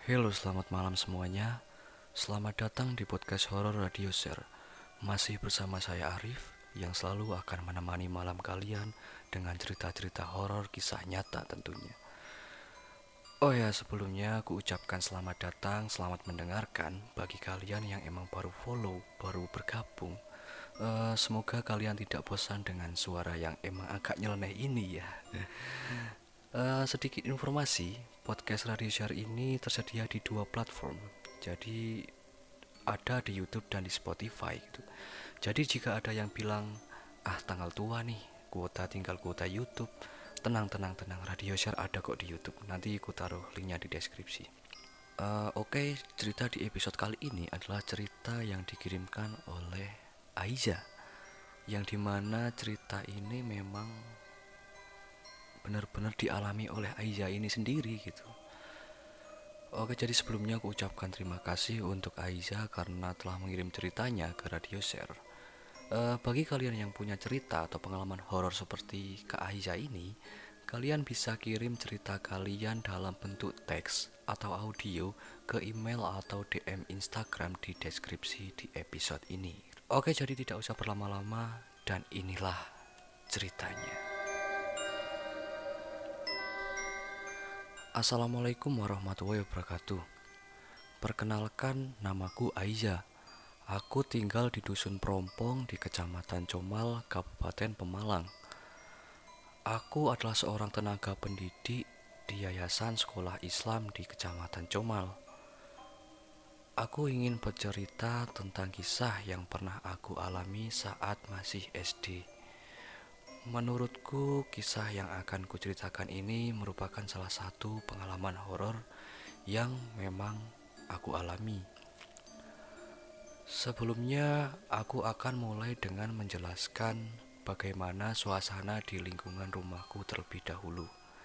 Halo, selamat malam semuanya. Selamat datang di podcast horor Radio Share. Masih bersama saya Arif yang selalu akan menemani malam kalian dengan cerita-cerita horor kisah nyata tentunya. Oh ya, sebelumnya aku ucapkan selamat datang, selamat mendengarkan bagi kalian yang emang baru follow, baru bergabung. Semoga kalian tidak bosan dengan suara yang emang agak nyeleneh ini ya. Sedikit informasi, podcast Radio Share ini tersedia di dua platform. Jadi ada di YouTube dan di Spotify gitu. Jadi jika ada yang bilang, ah tanggal tua nih, kuota tinggal kuota YouTube, tenang, Radio Share ada kok di YouTube. Nanti aku taruh linknya di deskripsi. Oke, cerita di episode kali ini adalah cerita yang dikirimkan oleh Aiza, yang dimana cerita ini memang benar-benar dialami oleh Aiza ini sendiri gitu. Oke, jadi sebelumnya aku ucapkan terima kasih untuk Aiza karena telah mengirim ceritanya ke Radio Share. Bagi kalian yang punya cerita atau pengalaman horor seperti Kak Aiza ini, kalian bisa kirim cerita kalian dalam bentuk teks atau audio ke email atau DM Instagram di deskripsi di episode ini. Oke, jadi tidak usah berlama-lama dan inilah ceritanya. Assalamualaikum warahmatullahi wabarakatuh. Perkenalkan, namaku Aiza. Aku tinggal di Dusun Prompong di Kecamatan Comal, Kabupaten Pemalang. Aku adalah seorang tenaga pendidik di Yayasan Sekolah Islam di Kecamatan Comal. Aku ingin bercerita tentang kisah yang pernah aku alami saat masih SD. Menurutku, kisah yang akan kuceritakan ini merupakan salah satu pengalaman horor yang memang aku alami. Sebelumnya, aku akan mulai dengan menjelaskan bagaimana suasana di lingkungan rumahku terlebih dahulu.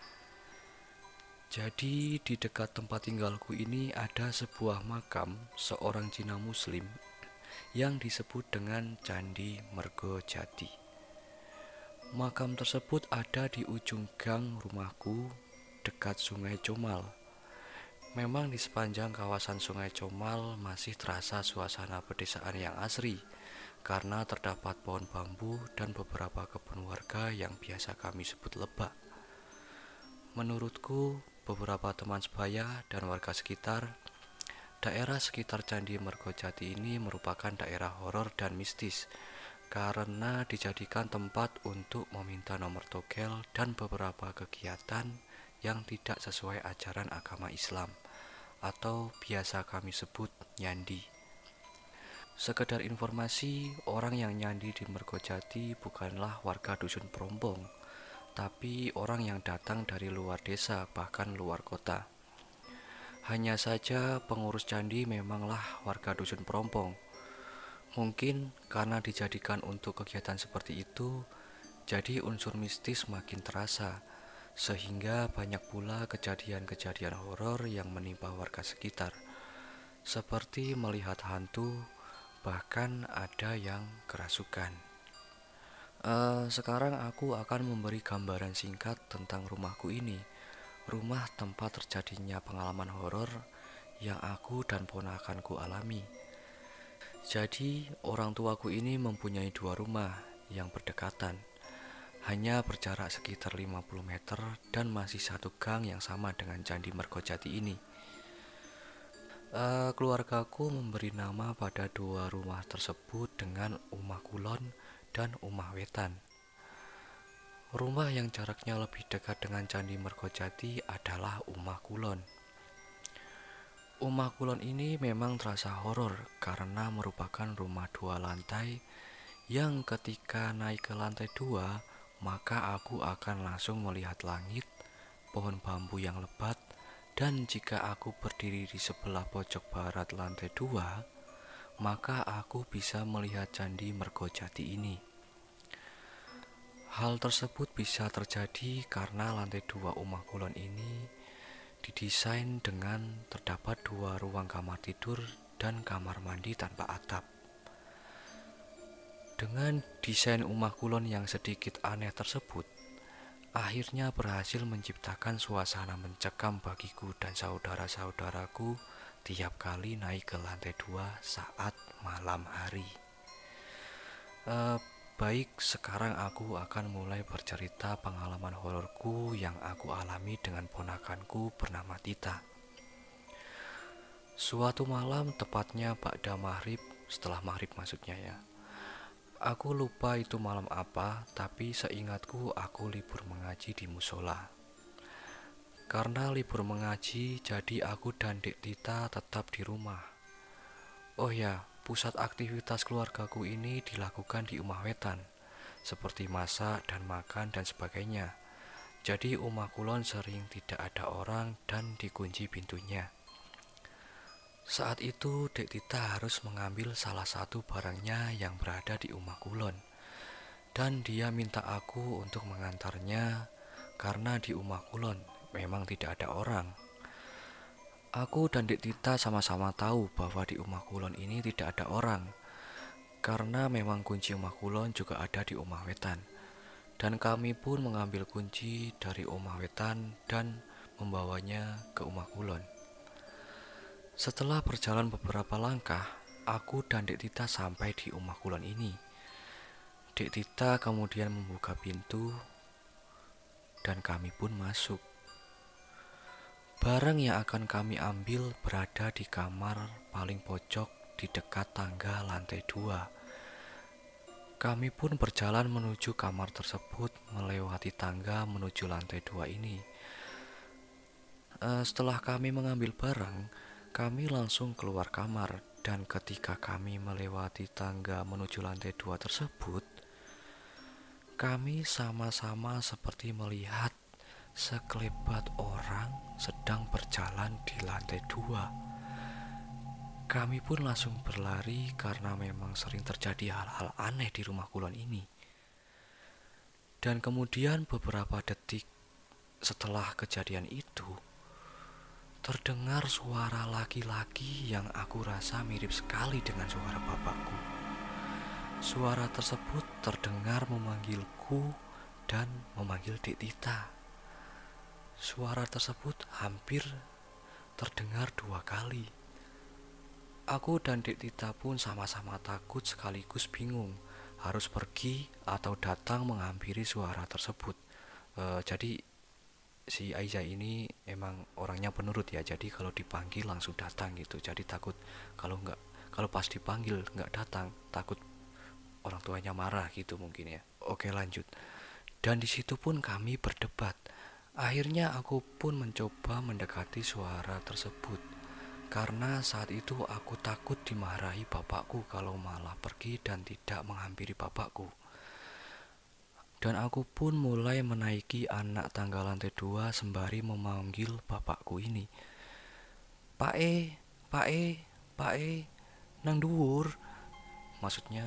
Jadi, di dekat tempat tinggalku ini ada sebuah makam seorang Cina Muslim yang disebut dengan Candi Mergojati. Makam tersebut ada di ujung gang rumahku dekat Sungai Comal. Memang di sepanjang kawasan Sungai Comal masih terasa suasana pedesaan yang asri karena terdapat pohon bambu dan beberapa kebun warga yang biasa kami sebut lebak. Menurutku, beberapa teman sebaya dan warga sekitar, daerah sekitar Candi Mergojati ini merupakan daerah horor dan mistis karena dijadikan tempat untuk meminta nomor togel dan beberapa kegiatan yang tidak sesuai ajaran agama Islam atau biasa kami sebut nyandi. Sekedar informasi, orang yang nyandi di Mergojati bukanlah warga Dusun Prompong, tapi orang yang datang dari luar desa bahkan luar kota. Hanya saja pengurus candi memanglah warga Dusun Prompong. Mungkin karena dijadikan untuk kegiatan seperti itu, jadi unsur mistis makin terasa, sehingga banyak pula kejadian-kejadian horor yang menimpa warga sekitar, seperti melihat hantu, bahkan ada yang kerasukan. Sekarang aku akan memberi gambaran singkat tentang rumahku ini, rumah tempat terjadinya pengalaman horor yang aku dan ponakanku alami. Jadi, orang tuaku ini mempunyai dua rumah yang berdekatan, hanya berjarak sekitar 50 meter dan masih satu gang yang sama dengan Candi Mergojati ini. Keluargaku memberi nama pada dua rumah tersebut dengan Umah Kulon dan Umah Wetan. Rumah yang jaraknya lebih dekat dengan Candi Mergojati adalah Umah Kulon. Umah Kulon ini memang terasa horor karena merupakan rumah dua lantai yang ketika naik ke lantai dua, maka aku akan langsung melihat langit, pohon bambu yang lebat, dan jika aku berdiri di sebelah pojok barat lantai dua, maka aku bisa melihat Candi Mergojati ini. Hal tersebut bisa terjadi karena lantai dua Umah Kulon ini didesain dengan terdapat dua ruang kamar tidur dan kamar mandi tanpa atap. Dengan desain Umah Kulon yang sedikit aneh tersebut, akhirnya berhasil menciptakan suasana mencekam bagiku dan saudara-saudaraku tiap kali naik ke lantai 2 saat malam hari. Eh, Baik, sekarang aku akan mulai bercerita pengalaman hororku yang aku alami dengan ponakanku bernama Tita. Suatu malam, tepatnya ba'da maghrib, setelah maghrib maksudnya ya. Aku lupa itu malam apa, tapi seingatku aku libur mengaji di musola. Karena libur mengaji, jadi aku dan Dek Tita tetap di rumah. Oh ya, pusat aktivitas keluargaku ini dilakukan di Omah Wetan, seperti masak dan makan dan sebagainya. Jadi omah kulon sering tidak ada orang dan dikunci pintunya. Saat itu Dek Tita harus mengambil salah satu barangnya yang berada di omah kulon. Dan dia minta aku untuk mengantarnya karena di omah kulon memang tidak ada orang. Aku dan Dek Tita sama-sama tahu bahwa di omah kulon ini tidak ada orang, karena memang kunci omah kulon juga ada di omah wetan. Dan kami pun mengambil kunci dari omah wetan dan membawanya ke omah kulon. Setelah berjalan beberapa langkah, aku dan Dek Tita sampai di omah kulon ini. Dek Tita kemudian membuka pintu dan kami pun masuk. Barang yang akan kami ambil berada di kamar paling pojok di dekat tangga lantai 2. Kami pun berjalan menuju kamar tersebut melewati tangga menuju lantai 2 ini. Setelah kami mengambil barang, kami langsung keluar kamar dan ketika kami melewati tangga menuju lantai 2 tersebut, kami sama-sama seperti melihat sekelebat orang sedang berjalan di lantai 2. Kami pun langsung berlari karena memang sering terjadi hal-hal aneh di rumah kulon ini. Dan kemudian beberapa detik setelah kejadian itu, terdengar suara laki-laki yang aku rasa mirip sekali dengan suara bapakku. Suara tersebut terdengar memanggilku dan memanggil Dek Tita. Suara tersebut hampir terdengar 2 kali. Aku dan Dek Tita pun sama-sama takut sekaligus bingung harus pergi atau datang menghampiri suara tersebut. Jadi si Aiza ini emang orangnya penurut ya, jadi kalau dipanggil langsung datang gitu. Jadi takut kalau pas dipanggil nggak datang, takut orang tuanya marah gitu mungkin ya. Oke, lanjut. Dan di situ pun kami berdebat. Akhirnya aku pun mencoba mendekati suara tersebut. Karena saat itu aku takut dimarahi bapakku kalau malah pergi dan tidak menghampiri bapakku. Dan aku pun mulai menaiki anak tangga lantai 2 sembari memanggil bapakku ini. Pak E, Pak E, Pak E, nang dhuwur. Maksudnya,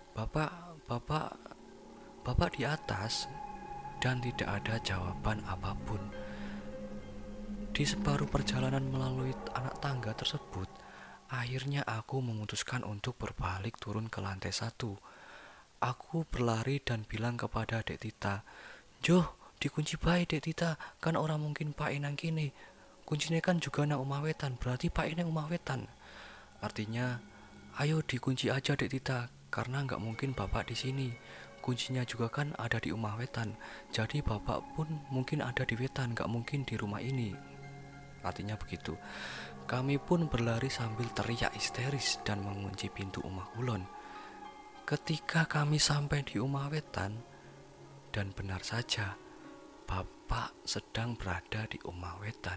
bapak di atas. Dan tidak ada jawaban apapun. Di separuh perjalanan melalui anak tangga tersebut, akhirnya aku memutuskan untuk berbalik turun ke lantai 1. Aku berlari dan bilang kepada Dek Tita, "Joh, dikunci baik Dek Tita, kan orang mungkin Pak Enang kini. Kuncinya kan juga nang omah wetan, berarti Pak Enang omah wetan." Artinya, ayo dikunci aja Dek Tita, karena nggak mungkin bapak di sini. Kuncinya juga kan ada di omah wetan, jadi bapak pun mungkin ada di wetan, nggak mungkin di rumah ini. Artinya begitu. Kami pun berlari sambil teriak histeris dan mengunci pintu omah kulon. Ketika kami sampai di omah wetan, dan benar saja, bapak sedang berada di omah wetan.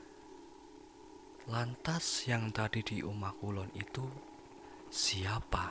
Lantas yang tadi di omah kulon itu siapa?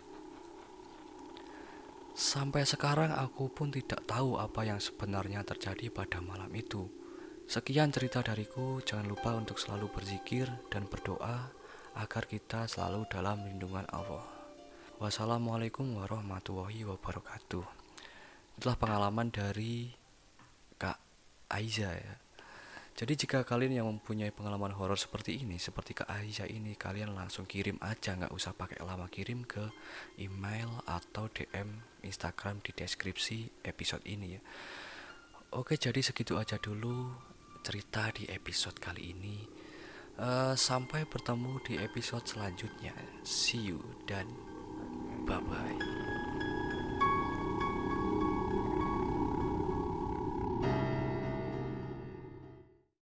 Sampai sekarang aku pun tidak tahu apa yang sebenarnya terjadi pada malam itu. Sekian cerita dariku, jangan lupa untuk selalu berzikir dan berdoa agar kita selalu dalam lindungan Allah. Wassalamualaikum warahmatullahi wabarakatuh. Itulah pengalaman dari Kak Aiza ya. Jadi jika kalian yang mempunyai pengalaman horor seperti ini, seperti Kak Aiza ini, kalian langsung kirim aja, nggak usah pakai lama, kirim ke email atau DM Instagram di deskripsi episode ini ya. Oke, jadi segitu aja dulu cerita di episode kali ini. Sampai bertemu di episode selanjutnya. See you dan bye bye.